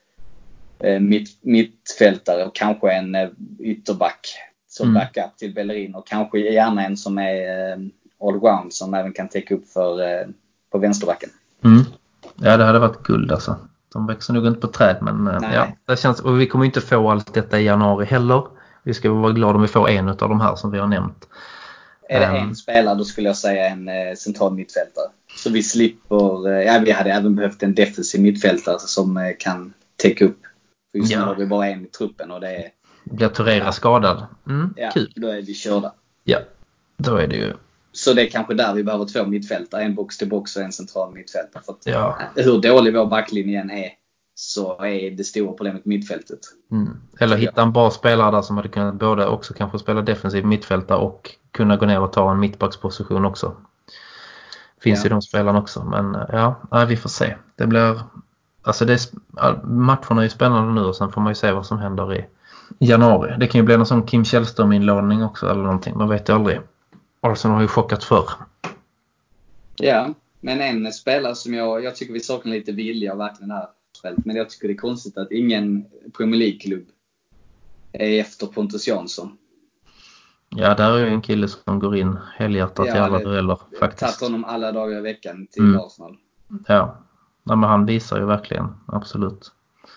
eh, mitt, mittfältare och kanske en eh, ytterback som mm. backup till Bellerin. Och kanske gärna en som är eh, all-round, som även kan täcka upp för, eh, på vänsterbacken. Mm. Ja, det hade varit guld alltså. De växer nog inte på träd, men Nej. ja, det känns, och vi kommer inte få allt detta i januari heller. Vi ska vara glada om vi får en av de här som vi har nämnt. Är det um, en spelare, då skulle jag säga en eh, central mittfältare. Så vi slipper, eh, ja, vi hade även behövt en defensiv mittfältare som eh, kan täcka upp. För just ja. nu har vi bara en i truppen och det är... Blir Torreira ja. skadad? Mm, ja, kul. Då är vi körda. Ja, då är det ju... Så det är kanske där vi behöver två mittfältare. En box till box och en central mittfältare. För att, ja. hur dålig vår backlinjen är så är det stora problemet mittfältet. Mm. Eller hitta en bra spelare där som hade kunnat både också kanske spela defensiv mittfältare och kunna gå ner och ta en mittbacksposition också. Finns ja. ju de spelarna också. Men ja, nej, vi får se. Det blir, alltså det är, matcherna är ju spännande nu och sen får man ju se vad som händer i januari. Det kan ju bli någon sån Kim Källström-inlåning också eller någonting. Man vet ju aldrig. Arsenal har ju chockat förr. Ja, men en spelare som jag, jag tycker vi saknar lite vilja verkligen här. Men jag tycker det är konstigt att ingen Premier League-klubb är efter Pontus Jansson. Ja, där är ju en kille som går in helhjärtat ja, i alla dueller faktiskt. Tagit honom alla dagar i veckan till mm. Arsenal. Ja, nej, men han visar ju verkligen, absolut.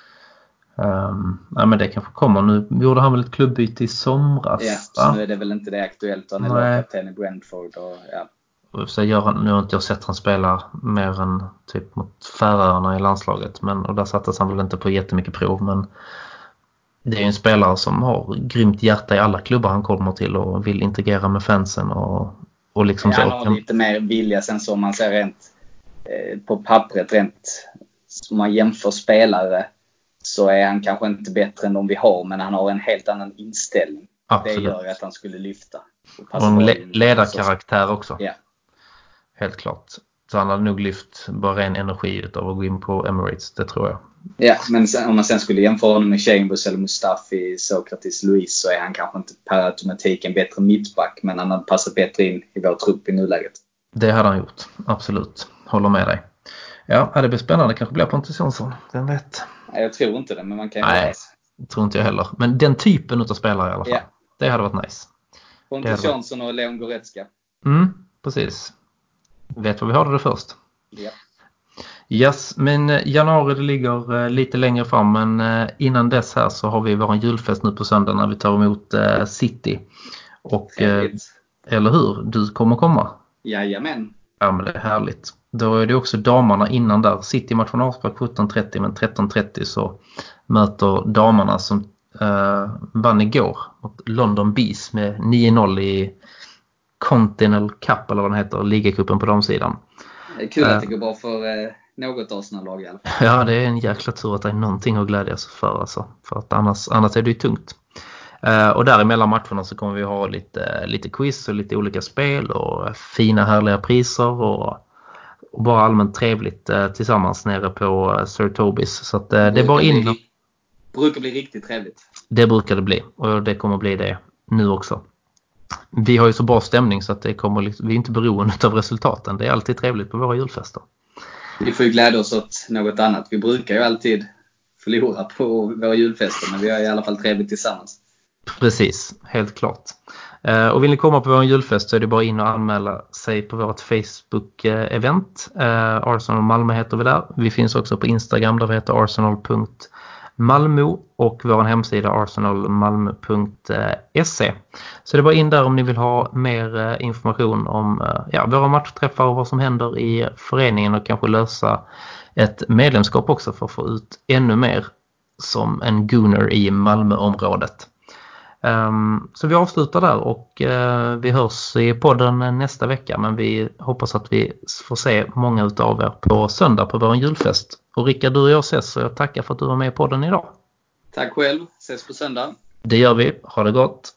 Um, nej, men det kanske kommer. Nu gjorde han väl ett klubbyte i somras. Ja, så nu är det väl inte det aktuellt. Han är lagkapten i Brentford och ja. Och så gör han, nu har inte jag sett han spela mer än typ mot Färöarna i landslaget. Men, och där sattes han väl inte på jättemycket prov. Men det är en spelare som har grymt hjärta i alla klubbar han kommer till och vill integrera med fansen. Och, och liksom ja, så. Han har lite mer vilja sen som man ser rent eh, på pappret. Rent, om man jämför spelare så är han kanske inte bättre än de vi har. Men han har en helt annan inställning. Absolut. Det gör att han skulle lyfta. Och, och en le- ledarkaraktär också. Ja. Helt klart. Så han hade nog lyft bara en energi utav att gå in på Emirates, det tror jag. Ja, men sen, om man sen skulle jämföra honom med Chambers eller Mustafi, Sokratis, Luis så är han kanske inte per automatik en bättre mittback. Men han hade passat bättre in i vår trupp i nuläget. Det hade han gjort, absolut. Håller med dig. Ja, det blir spännande. Kanske blir Pontus Jansson, vem vet. Nej, jag tror inte det, men man kan ju Nej, det tror inte jag heller. Men den typen utav spelare i alla fall. Ja. Det hade varit nice. Pontus Jansson och Leon Goretzka. Mm, precis. Vet vad vi har det först. Ja. Yes, men januari det ligger lite längre fram. Men innan dess här så har vi vår julfest nu på söndag när vi tar emot City. Och, eller hur? Du kommer komma. Jajamän. Ja, men det är härligt. Då är det också damerna innan där. City matchen avspark sjutton trettio, men tretton trettio så möter damerna som uh, vann igår mot London Bees med nio noll i Continental Cup eller vad den heter, ligacupen på damsidan. Det är kul uh, att det går bra för uh, något Arsenal-lag i alla fall. Ja, det är en jäkla tur att det är någonting att glädjas för alltså. För att annars, annars är det ju tungt. Uh, och där emellan matcherna så kommer vi ha lite, lite quiz och lite olika spel och fina härliga priser och Och bara allmänt trevligt eh, tillsammans nere på eh, Sir Tobis. Så att, eh, det är bara in. Bli, brukar bli riktigt trevligt. Det brukar det bli. Och det kommer bli det nu också. Vi har ju så bra stämning så att det kommer, vi är inte beroende av resultaten. Det är alltid trevligt på våra julfester. Vi får ju glädja oss åt något annat. Vi brukar ju alltid förlora på våra julfester. Men vi har i alla fall trevligt tillsammans. Precis, helt klart. Uh, och vill ni komma på vår julfest så är det bara in och anmäla sig på vårt Facebook-event. Uh, Arsenal Malmö heter vi där. Vi finns också på Instagram där vi heter arsenal punkt malmo och vår hemsida arsenal malmo punkt se. Så det är bara in där om ni vill ha mer uh, information om uh, ja, våra matchträffar och vad som händer i föreningen och kanske lösa ett medlemskap också för att få ut ännu mer som en gunner i Malmöområdet. Um, så vi avslutar där och uh, vi hörs i podden nästa vecka, men vi hoppas att vi får se många utav er på söndag på vår julfest. Och Rickard, du och jag ses, så jag tackar för att du var med i podden idag. Tack själv, ses på söndag. Det gör vi, ha det gott.